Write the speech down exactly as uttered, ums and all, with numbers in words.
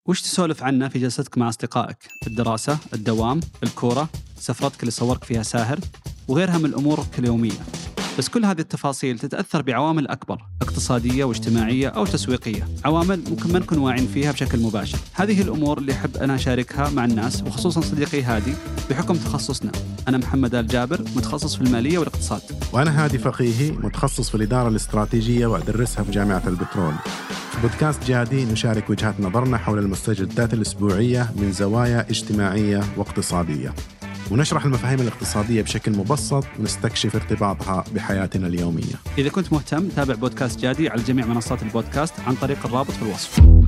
وش تسولف عنه في جلستك مع أصدقائك؟ الدراسة، الدوام، الكورة، سفرتك اللي صورك فيها ساهر، وغيرها من الأمور اليومية. بس كل هذه التفاصيل تتأثر بعوامل أكبر، اقتصادية واجتماعية أو تسويقية، عوامل ممكن ما نكون واعين فيها بشكل مباشر. هذه الأمور اللي أحب أنا أشاركها مع الناس، وخصوصا صديقي هادي بحكم تخصصنا. أنا محمد آل جابر، متخصص في المالية والاقتصاد. وأنا هادي فقيهي، متخصص في الإدارة الاستراتيجية وأدرسها في جامعة البترول. في بودكاست جادي نشارك وجهات نظرنا حول المستجدات الأسبوعية من زوايا اجتماعية واقتصادية، ونشرح المفاهيم الاقتصادية بشكل مبسط ونستكشف ارتباطها بحياتنا اليومية. إذا كنت مهتم تابع بودكاست جادي على جميع منصات البودكاست عن طريق الرابط في الوصف.